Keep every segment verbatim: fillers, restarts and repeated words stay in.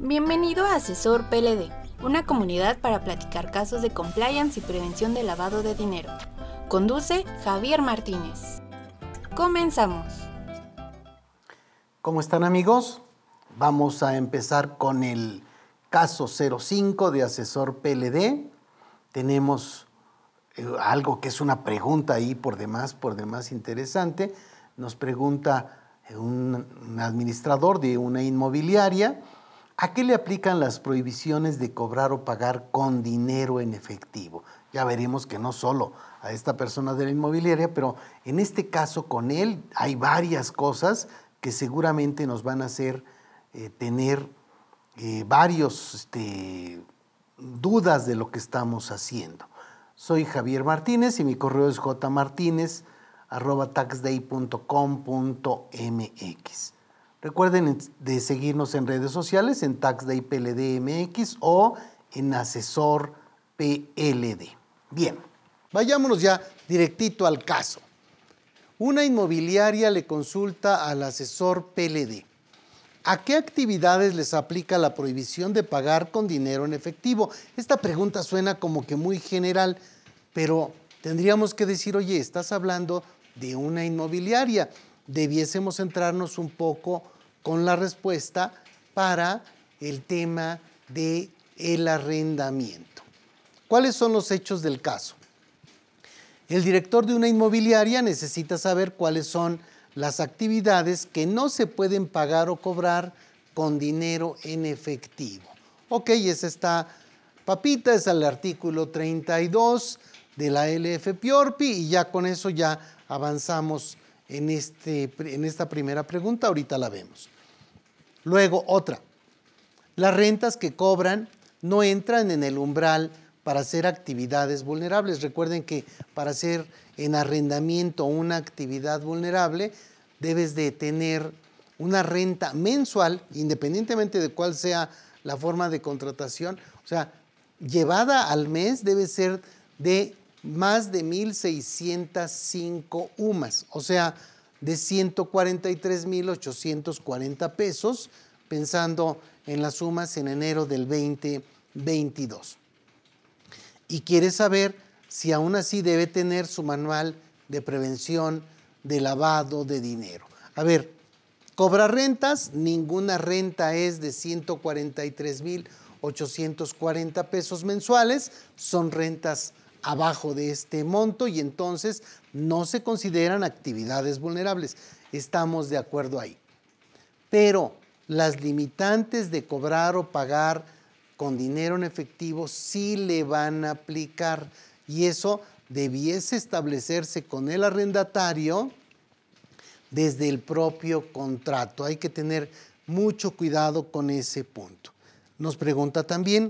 Bienvenido a Asesor P L D, una comunidad para platicar casos de compliance y prevención de lavado de dinero. Conduce Javier Martínez. Comenzamos. ¿Cómo están, amigos? Vamos a empezar con el caso cero cinco de Asesor P L D. Tenemos eh, algo que es una pregunta ahí por demás, por demás interesante. Nos pregunta un, un administrador de una inmobiliaria: ¿a qué le aplican las prohibiciones de cobrar o pagar con dinero en efectivo? Ya veremos que no solo a esta persona de la inmobiliaria, pero en este caso con él hay varias cosas que seguramente nos van a hacer eh, tener eh, varios este, dudas de lo que estamos haciendo. Soy Javier Martínez y mi correo es jmartinez arroba taxday punto com punto mx. Recuerden de seguirnos en redes sociales en TaxDay P L D M X o en Asesor P L D. Bien, vayámonos ya directito al caso. Una inmobiliaria le consulta al asesor P L D: ¿a qué actividades les aplica la prohibición de pagar con dinero en efectivo? Esta pregunta suena como que muy general, pero tendríamos que decir, oye, estás hablando de una inmobiliaria. Debiésemos centrarnos un poco con la respuesta para el tema del arrendamiento. ¿Cuáles son los hechos del caso? El director de una inmobiliaria necesita saber cuáles son las actividades que no se pueden pagar o cobrar con dinero en efectivo. Ok, es esta papita, es el artículo treinta y dos de la L F P O R P I y ya con eso ya avanzamos en, este, en esta primera pregunta, ahorita la vemos. Luego, otra, las rentas que cobran no entran en el umbral para hacer actividades vulnerables. Recuerden que para hacer en arrendamiento una actividad vulnerable, debes de tener una renta mensual, independientemente de cuál sea la forma de contratación. O sea, llevada al mes debe ser de más de mil seiscientas cinco U M A S, o sea, de ciento cuarenta y tres mil ochocientos cuarenta pesos, pensando en las sumas en enero del veinte veintidós. Y quiere saber si aún así debe tener su manual de prevención de lavado de dinero. A ver, cobrar rentas, ninguna renta es de ciento cuarenta y tres mil ochocientos cuarenta pesos mensuales, son rentas abajo de este monto y entonces no se consideran actividades vulnerables. Estamos de acuerdo ahí. Pero las limitantes de cobrar o pagar con dinero en efectivo sí le van a aplicar y eso debiese establecerse con el arrendatario desde el propio contrato. Hay que tener mucho cuidado con ese punto. Nos pregunta también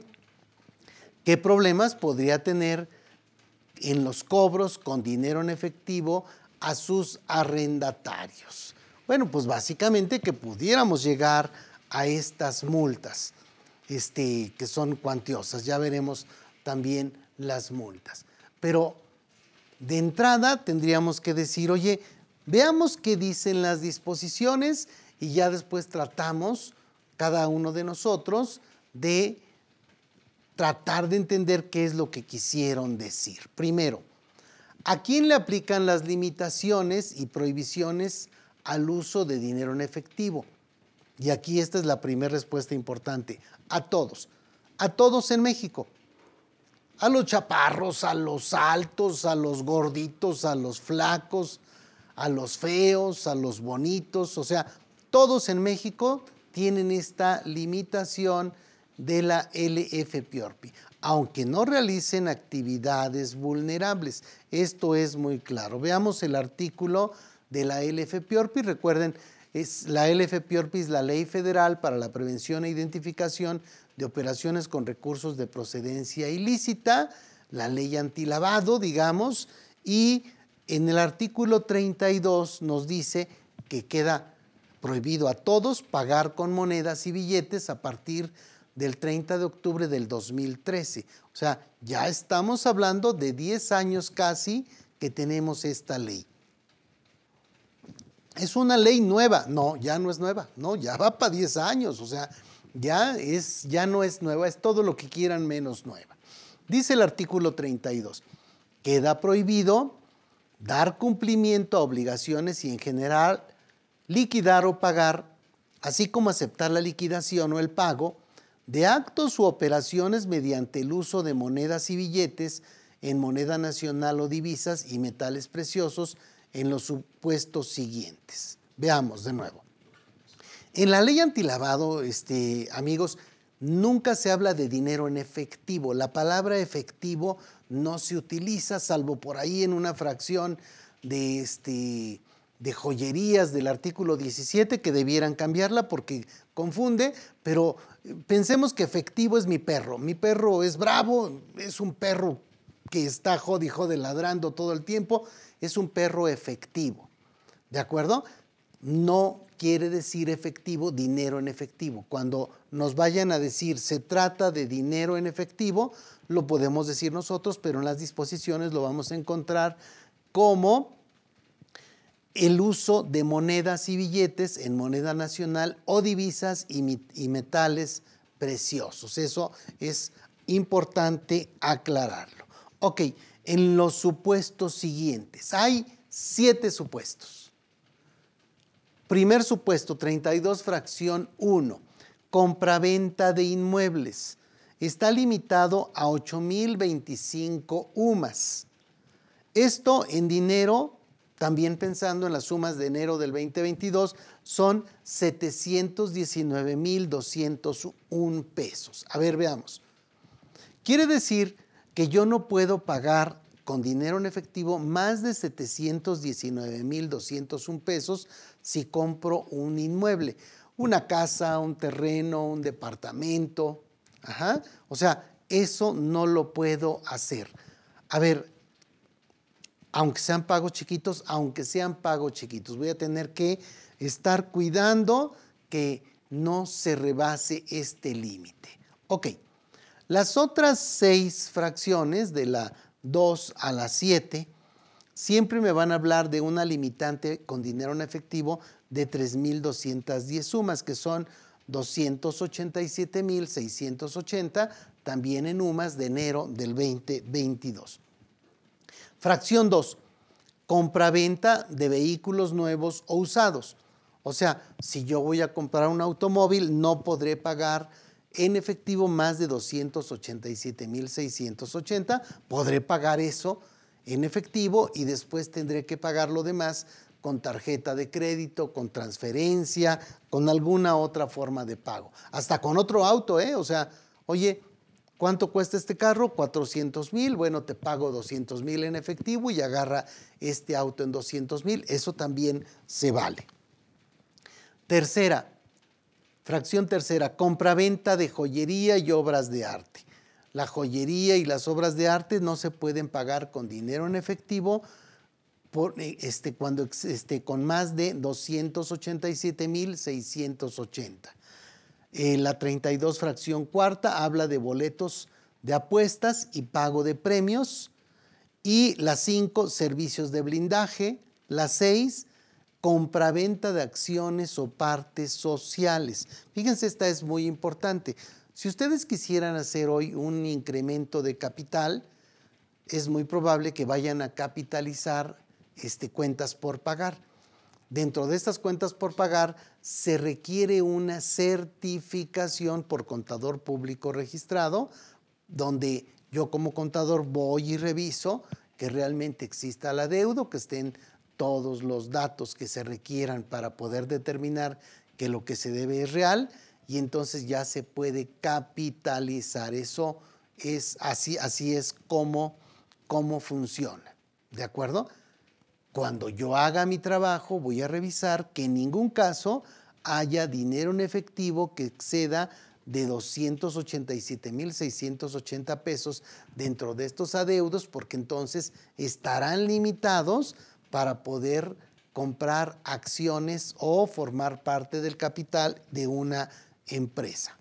qué problemas podría tener en los cobros con dinero en efectivo a sus arrendatarios. Bueno, pues básicamente que pudiéramos llegar a estas multas, este, que son cuantiosas. Ya veremos también las multas. Pero de entrada tendríamos que decir, oye, veamos qué dicen las disposiciones y ya después tratamos cada uno de nosotros de tratar de entender qué es lo que quisieron decir. Primero, ¿a quién le aplican las limitaciones y prohibiciones al uso de dinero en efectivo? Y aquí esta es la primera respuesta importante. A todos. A todos en México. A los chaparros, a los altos, a los gorditos, a los flacos, a los feos, a los bonitos. O sea, todos en México tienen esta limitación de la L F P O R P I, aunque no realicen actividades vulnerables. Esto es muy claro. Veamos el artículo de la L F P O R P I. Recuerden, es, la L F P O R P I es la Ley Federal para la Prevención e Identificación de Operaciones con Recursos de Procedencia Ilícita, la ley antilavado, digamos, y en el artículo treinta y dos nos dice que queda prohibido a todos pagar con monedas y billetes a partir del treinta de octubre del dos mil trece. O sea, ya estamos hablando de diez años casi que tenemos esta ley. ¿Es una ley nueva? No, ya no es nueva, no, ya va para diez años. O sea, Ya, es, ya no es nueva, es todo lo que quieran menos nueva. Dice el artículo treinta y dos, queda prohibido dar cumplimiento a obligaciones y en general liquidar o pagar, así como aceptar la liquidación o el pago de actos u operaciones mediante el uso de monedas y billetes en moneda nacional o divisas y metales preciosos en los supuestos siguientes. Veamos de nuevo. En la ley antilavado, este, amigos, nunca se habla de dinero en efectivo. La palabra efectivo no se utiliza, salvo por ahí en una fracción de, este, de joyerías del artículo diecisiete, que debieran cambiarla porque confunde, pero pensemos que efectivo es mi perro. Mi perro es bravo, es un perro que está jode y jode ladrando todo el tiempo, es un perro efectivo, ¿de acuerdo? No quiere decir efectivo, dinero en efectivo. Cuando nos vayan a decir se trata de dinero en efectivo, lo podemos decir nosotros, pero en las disposiciones lo vamos a encontrar como el uso de monedas y billetes en moneda nacional o divisas y, y metales preciosos. Eso es importante aclararlo. Ok, en los supuestos siguientes, hay siete supuestos. Primer supuesto, treinta y dos, fracción uno, compraventa de inmuebles. Está limitado a ocho mil veinticinco UMAS. Esto en dinero, también pensando en las sumas de enero del veinte veintidós, son setecientos diecinueve mil doscientos uno pesos. A ver, veamos. Quiere decir que yo no puedo pagar con dinero en efectivo más de setecientos diecinueve mil doscientos uno pesos si compro un inmueble, una casa, un terreno, un departamento. Ajá. O sea, eso no lo puedo hacer. A ver, aunque sean pagos chiquitos, aunque sean pagos chiquitos, voy a tener que estar cuidando que no se rebase este límite. Ok, las otras seis fracciones de la dos a la siete, siempre me van a hablar de una limitante con dinero en efectivo de tres mil doscientas diez sumas, que son doscientos ochenta y siete mil seiscientos ochenta, también en UMAS de enero del veinte veintidós. Fracción dos, compraventa de vehículos nuevos o usados. O sea, si yo voy a comprar un automóvil, no podré pagar en efectivo más de doscientos ochenta y siete mil seiscientos ochenta, podré pagar eso en efectivo y después tendré que pagar lo demás con tarjeta de crédito, con transferencia, con alguna otra forma de pago. Hasta con otro auto, ¿eh? O sea, oye, ¿cuánto cuesta este carro? cuatrocientos mil, bueno, te pago doscientos mil en efectivo y agarra este auto en doscientos mil, eso también se vale. Tercera, fracción tercera, compraventa de joyería y obras de arte. La joyería y las obras de arte no se pueden pagar con dinero en efectivo por, este, cuando, este, con más de doscientos ochenta y siete mil seiscientos ochenta. Eh, la treinta y dos, fracción cuarta, habla de boletos de apuestas y pago de premios. Y la cinco, servicios de blindaje. La seis, compraventa de acciones o partes sociales. Fíjense, esta es muy importante. Si ustedes quisieran hacer hoy un incremento de capital, es muy probable que vayan a capitalizar este, cuentas por pagar. Dentro de estas cuentas por pagar se requiere una certificación por contador público registrado, donde yo como contador voy y reviso que realmente exista la deuda, que estén todos los datos que se requieran para poder determinar que lo que se debe es real, y entonces ya se puede capitalizar. Eso es así, así es como, como funciona, ¿de acuerdo? Cuando yo haga mi trabajo, voy a revisar que en ningún caso haya dinero en efectivo que exceda de doscientos ochenta y siete mil seiscientos ochenta pesos dentro de estos adeudos, porque entonces estarán limitados para poder comprar acciones o formar parte del capital de una empresa.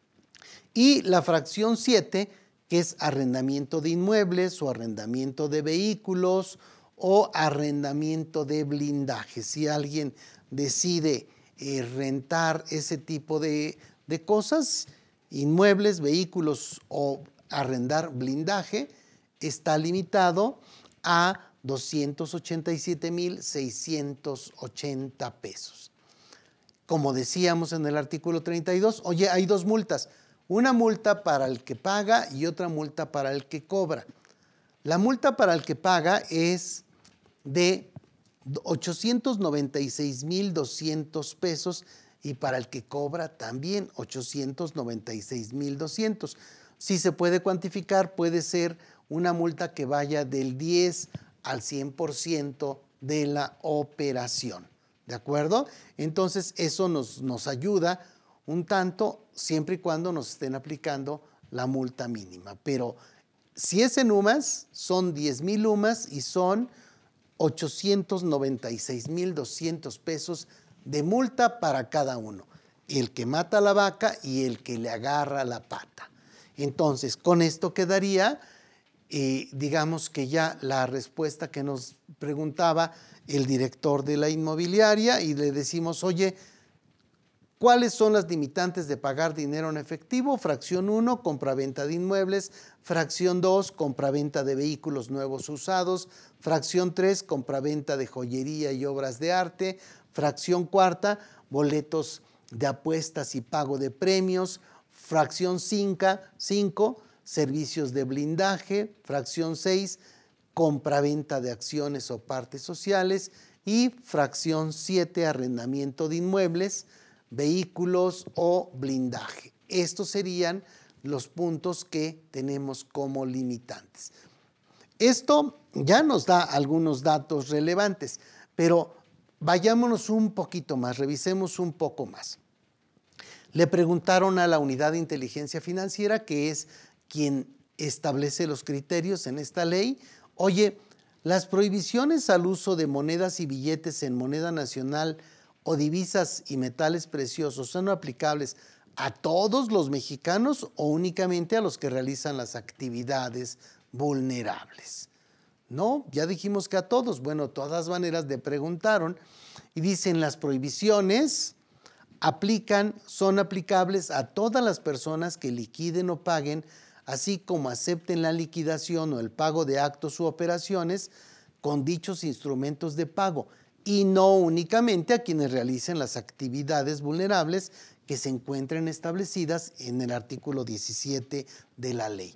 Y la fracción siete, que es arrendamiento de inmuebles o arrendamiento de vehículos o arrendamiento de blindaje. Si alguien decide eh, rentar ese tipo de, de cosas, inmuebles, vehículos o arrendar blindaje, está limitado a doscientos ochenta y siete mil seiscientos ochenta pesos. Como decíamos en el artículo treinta y dos, oye, hay dos multas, una multa para el que paga y otra multa para el que cobra. La multa para el que paga es de ochocientos noventa y seis mil doscientos pesos y para el que cobra también ochocientos noventa y seis mil doscientos. Si se puede cuantificar, puede ser una multa que vaya del diez al cien por ciento de la operación. ¿De acuerdo? Entonces, eso nos, nos ayuda un tanto siempre y cuando nos estén aplicando la multa mínima. Pero si es en UMAS, son diez mil UMAS y son ochocientos noventa y seis mil doscientos pesos de multa para cada uno. El que mata a la vaca y el que le agarra la pata. Entonces, con esto quedaría, eh, digamos que ya la respuesta que nos preguntaba el director de la inmobiliaria y le decimos, oye, ¿cuáles son las limitantes de pagar dinero en efectivo? Fracción uno, compraventa de inmuebles. Fracción dos, compraventa de vehículos nuevos usados. Fracción tres, compraventa de joyería y obras de arte. Fracción cuarta, boletos de apuestas y pago de premios. Fracción cinco, servicios de blindaje. Fracción seis, compraventa de acciones o partes sociales. Y fracción siete, arrendamiento de inmuebles, vehículos o blindaje. Estos serían los puntos que tenemos como limitantes. Esto ya nos da algunos datos relevantes, pero vayámonos un poquito más, revisemos un poco más. Le preguntaron a la unidad de inteligencia financiera, que es quien establece los criterios en esta ley, oye, las prohibiciones al uso de monedas y billetes en moneda nacional o divisas y metales preciosos son aplicables a todos los mexicanos o únicamente a los que realizan las actividades vulnerables. No, ya dijimos que a todos. Bueno, de todas maneras le preguntaron y dicen las prohibiciones aplican, son aplicables a todas las personas que liquiden o paguen, así como acepten la liquidación o el pago de actos u operaciones con dichos instrumentos de pago, y no únicamente a quienes realicen las actividades vulnerables que se encuentren establecidas en el artículo diecisiete de la ley.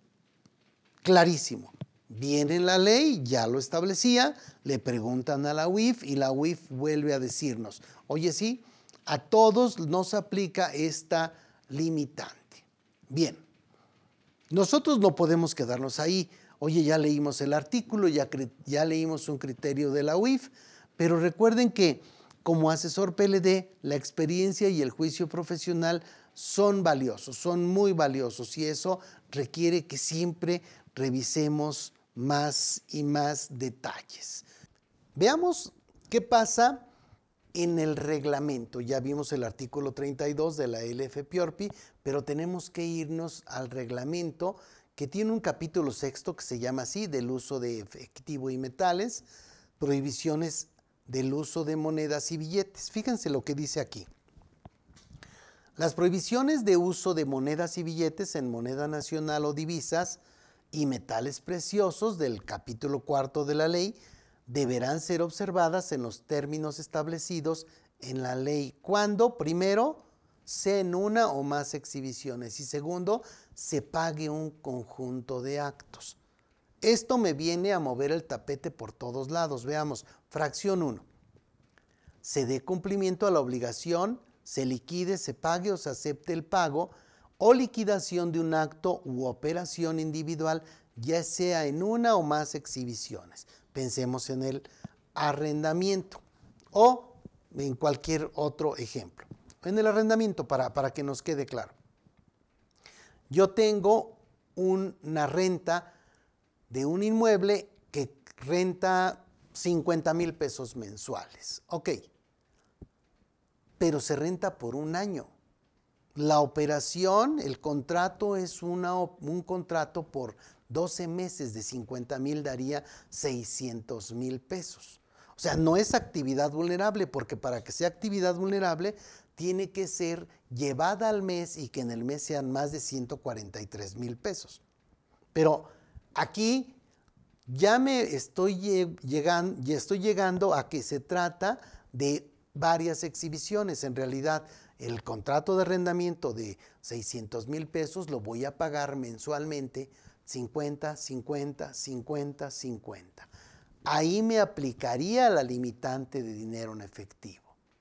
Clarísimo. Viene la ley, ya lo establecía, le preguntan a la U I F y la U I F vuelve a decirnos, oye, sí, a todos nos aplica esta limitante. Bien, nosotros no podemos quedarnos ahí. Oye, ya leímos el artículo, ya, ya leímos un criterio de la U I F, pero recuerden que como asesor P L D, la experiencia y el juicio profesional son valiosos, son muy valiosos y eso requiere que siempre revisemos más y más detalles. Veamos qué pasa en el reglamento. Ya vimos el artículo treinta y dos de la L F P O R P I, pero tenemos que irnos al reglamento que tiene un capítulo sexto que se llama así, del uso de efectivo y metales, prohibiciones del uso de monedas y billetes. Fíjense lo que dice aquí. Las prohibiciones de uso de monedas y billetes en moneda nacional o divisas y metales preciosos del capítulo cuarto de la ley deberán ser observadas en los términos establecidos en la ley. Cuando, primero, sea en una o más exhibiciones y segundo, se pague un conjunto de actos. Esto me viene a mover el tapete por todos lados. Veamos, fracción uno. Se dé cumplimiento a la obligación, se liquide, se pague o se acepte el pago o liquidación de un acto u operación individual, ya sea en una o más exhibiciones. Pensemos en el arrendamiento o en cualquier otro ejemplo. En el arrendamiento, para, para que nos quede claro. Yo tengo una renta de un inmueble que renta cincuenta mil pesos mensuales. Ok, pero se renta por un año. La operación, el contrato es una, un contrato por doce meses de cincuenta mil daría seiscientos mil pesos. O sea, no es actividad vulnerable porque para que sea actividad vulnerable tiene que ser llevada al mes y que en el mes sean más de ciento cuarenta y tres mil pesos. Pero aquí ya me estoy llegando, ya estoy llegando a que se trata de varias exhibiciones. En realidad, el contrato de arrendamiento de seiscientos mil pesos lo voy a pagar mensualmente cincuenta, cincuenta, cincuenta, cincuenta. Ahí me aplicaría la limitante de dinero en efectivo.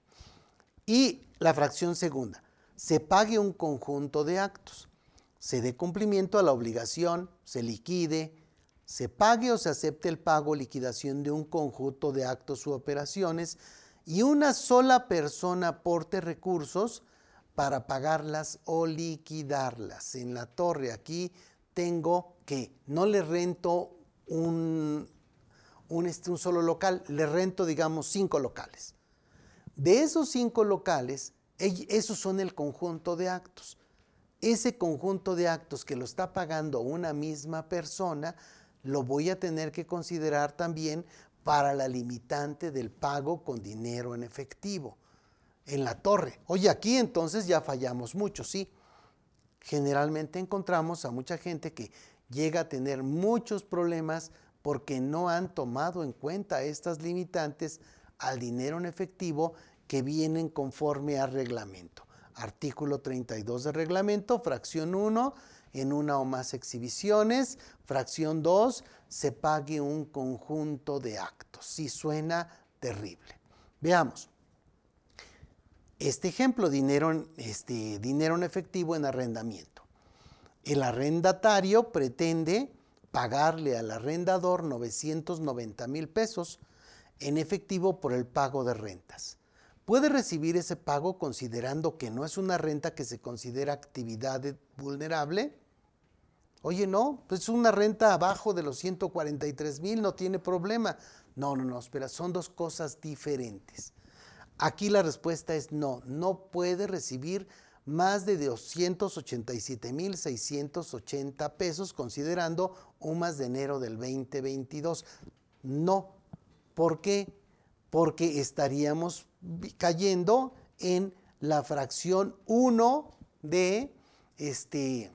Y la fracción segunda, se pague un conjunto de actos, se dé cumplimiento a la obligación, se liquide, se pague o se acepte el pago o liquidación de un conjunto de actos u operaciones y una sola persona aporte recursos para pagarlas o liquidarlas. En la torre aquí tengo que no le rento un, un, este, un solo local, le rento digamos cinco locales. De esos cinco locales, esos son el conjunto de actos. Ese conjunto de actos que lo está pagando una misma persona, lo voy a tener que considerar también para la limitante del pago con dinero en efectivo. En la torre. Oye, aquí entonces ya fallamos mucho, sí. Generalmente encontramos a mucha gente que llega a tener muchos problemas porque no han tomado en cuenta estas limitantes al dinero en efectivo que vienen conforme al reglamento. Artículo treinta y dos del reglamento, fracción uno, en una o más exhibiciones. Fracción dos, se pague un conjunto de actos. Sí suena terrible. Veamos. Este ejemplo, dinero en, este, dinero en efectivo en arrendamiento. El arrendatario pretende pagarle al arrendador novecientos noventa mil pesos en efectivo por el pago de rentas. Puede recibir ese pago considerando que no es una renta que se considera actividad vulnerable. Oye, no, pues es una renta abajo de los ciento cuarenta y tres mil, no tiene problema. No, no, no, espera, son dos cosas diferentes. Aquí la respuesta es no, no puede recibir más de doscientos ochenta y siete mil seiscientos ochenta pesos considerando U M A S de enero del veinte veintidós. No. ¿Por qué? Porque estaríamos cayendo en la fracción uno de este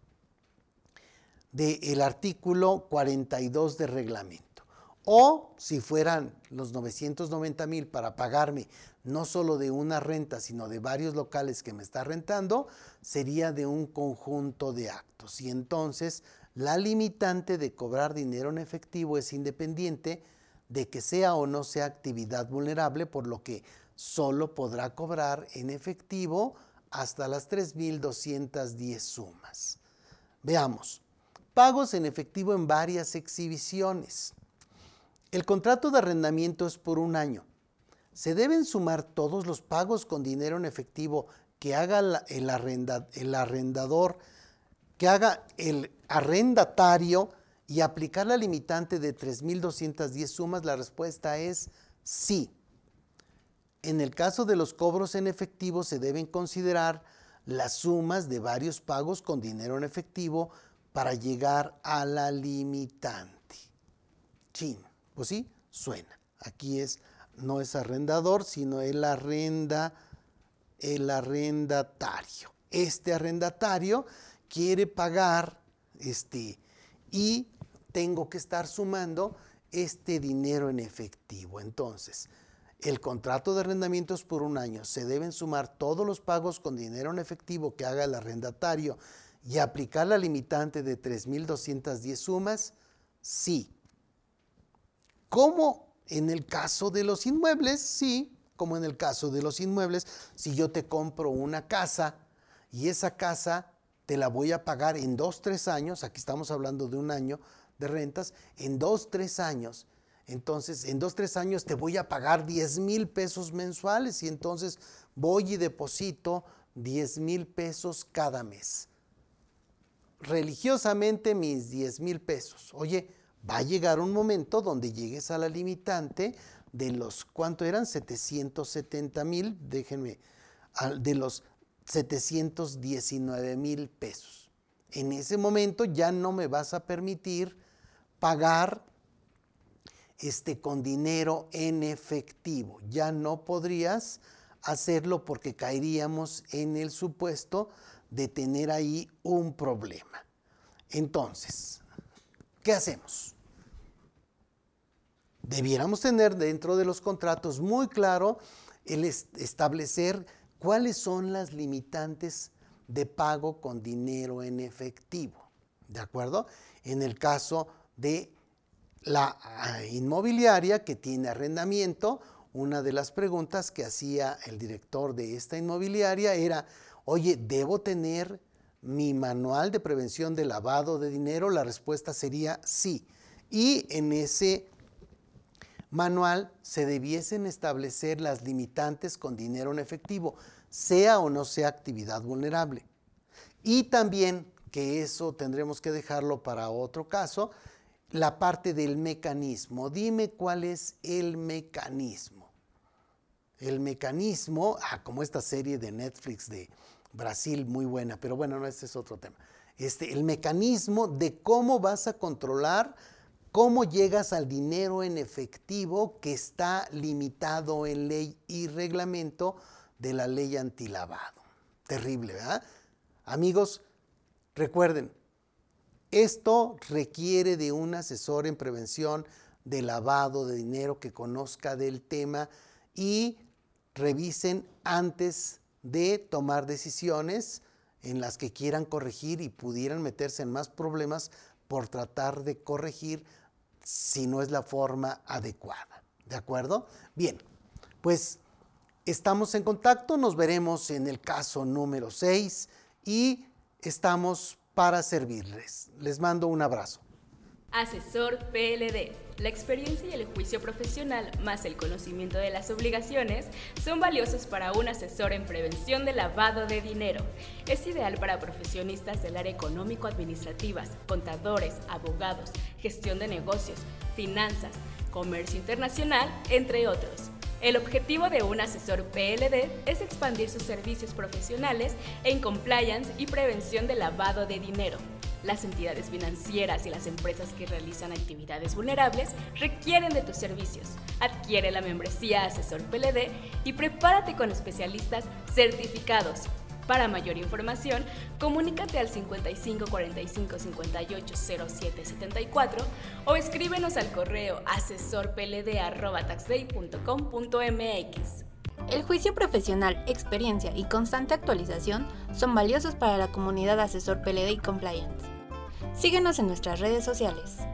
del artículo cuarenta y dos del reglamento. O si fueran los novecientos noventa mil para pagarme no solo de una renta, sino de varios locales que me está rentando, sería de un conjunto de actos. Y entonces la limitante de cobrar dinero en efectivo es independiente de que sea o no sea actividad vulnerable, por lo que solo podrá cobrar en efectivo hasta las tres mil doscientas diez sumas. Veamos, pagos en efectivo en varias exhibiciones. El contrato de arrendamiento es por un año. Se deben sumar todos los pagos con dinero en efectivo que haga el, arrenda, el arrendador, que haga el arrendatario y aplicar la limitante de tres mil doscientas diez sumas. La respuesta es sí. En el caso de los cobros en efectivo se deben considerar las sumas de varios pagos con dinero en efectivo para llegar a la limitante. Chin, pues sí, suena. Aquí es, no es arrendador, sino el arrenda, el arrendatario. Este arrendatario quiere pagar este y tengo que estar sumando este dinero en efectivo. Entonces, el contrato de arrendamiento es por un año. Se deben sumar todos los pagos con dinero en efectivo que haga el arrendatario y aplicar la limitante de tres mil doscientas diez sumas. Sí. ¿Cómo en el caso de los inmuebles? Sí, como en el caso de los inmuebles. Si yo te compro una casa y esa casa te la voy a pagar en dos, tres años, aquí estamos hablando de un año de rentas, en dos, tres años, entonces en dos, tres años te voy a pagar diez mil pesos mensuales y entonces voy y deposito diez mil pesos cada mes. Religiosamente mis diez mil pesos. Oye, va a llegar un momento donde llegues a la limitante de los, ¿cuánto eran? setecientos setenta mil, déjenme, de los setecientos diecinueve mil pesos. En ese momento ya no me vas a permitir pagar este, con dinero en efectivo. Ya no podrías hacerlo porque caeríamos en el supuesto de tener ahí un problema. Entonces, ¿qué hacemos? Debiéramos tener dentro de los contratos muy claro el establecer cuáles son las limitantes de pago con dinero en efectivo, ¿de acuerdo? En el caso de la inmobiliaria que tiene arrendamiento, una de las preguntas que hacía el director de esta inmobiliaria era, oye, ¿debo tener mi manual de prevención de lavado de dinero? La respuesta sería sí. Y en ese manual se debiesen establecer las limitantes con dinero en efectivo, sea o no sea actividad vulnerable. Y también, que eso tendremos que dejarlo para otro caso, la parte del mecanismo. Dime cuál es el mecanismo. El mecanismo, ah, como esta serie de Netflix de Brasil, muy buena, pero bueno, no, este es otro tema. Este, el mecanismo de cómo vas a controlar, cómo llegas al dinero en efectivo que está limitado en ley y reglamento de la ley antilavado. Terrible, ¿verdad? Amigos, recuerden, esto requiere de un asesor en prevención de lavado de dinero que conozca del tema y revisen antes de tomar decisiones en las que quieran corregir y pudieran meterse en más problemas por tratar de corregir si no es la forma adecuada. ¿De acuerdo? Bien, pues estamos en contacto, nos veremos en el caso número seis y estamos para servirles. Les mando un abrazo. Asesor P L D. La experiencia y el juicio profesional, más el conocimiento de las obligaciones, son valiosos para un asesor en prevención de lavado de dinero. Es ideal para profesionistas del área económico-administrativas, contadores, abogados, gestión de negocios, finanzas, comercio internacional, entre otros. El objetivo de un asesor P L D es expandir sus servicios profesionales en compliance y prevención de lavado de dinero. Las entidades financieras y las empresas que realizan actividades vulnerables requieren de tus servicios. Adquiere la membresía Asesor P L D y prepárate con especialistas certificados. Para mayor información, comunícate al cincuenta y cinco cuarenta y cinco cincuenta y ocho cero siete setenta y cuatro o escríbenos al correo asesorpld arroba taxday punto com punto mx. El juicio profesional, experiencia y constante actualización son valiosos para la comunidad Asesor P L D y Compliance. Síguenos en nuestras redes sociales.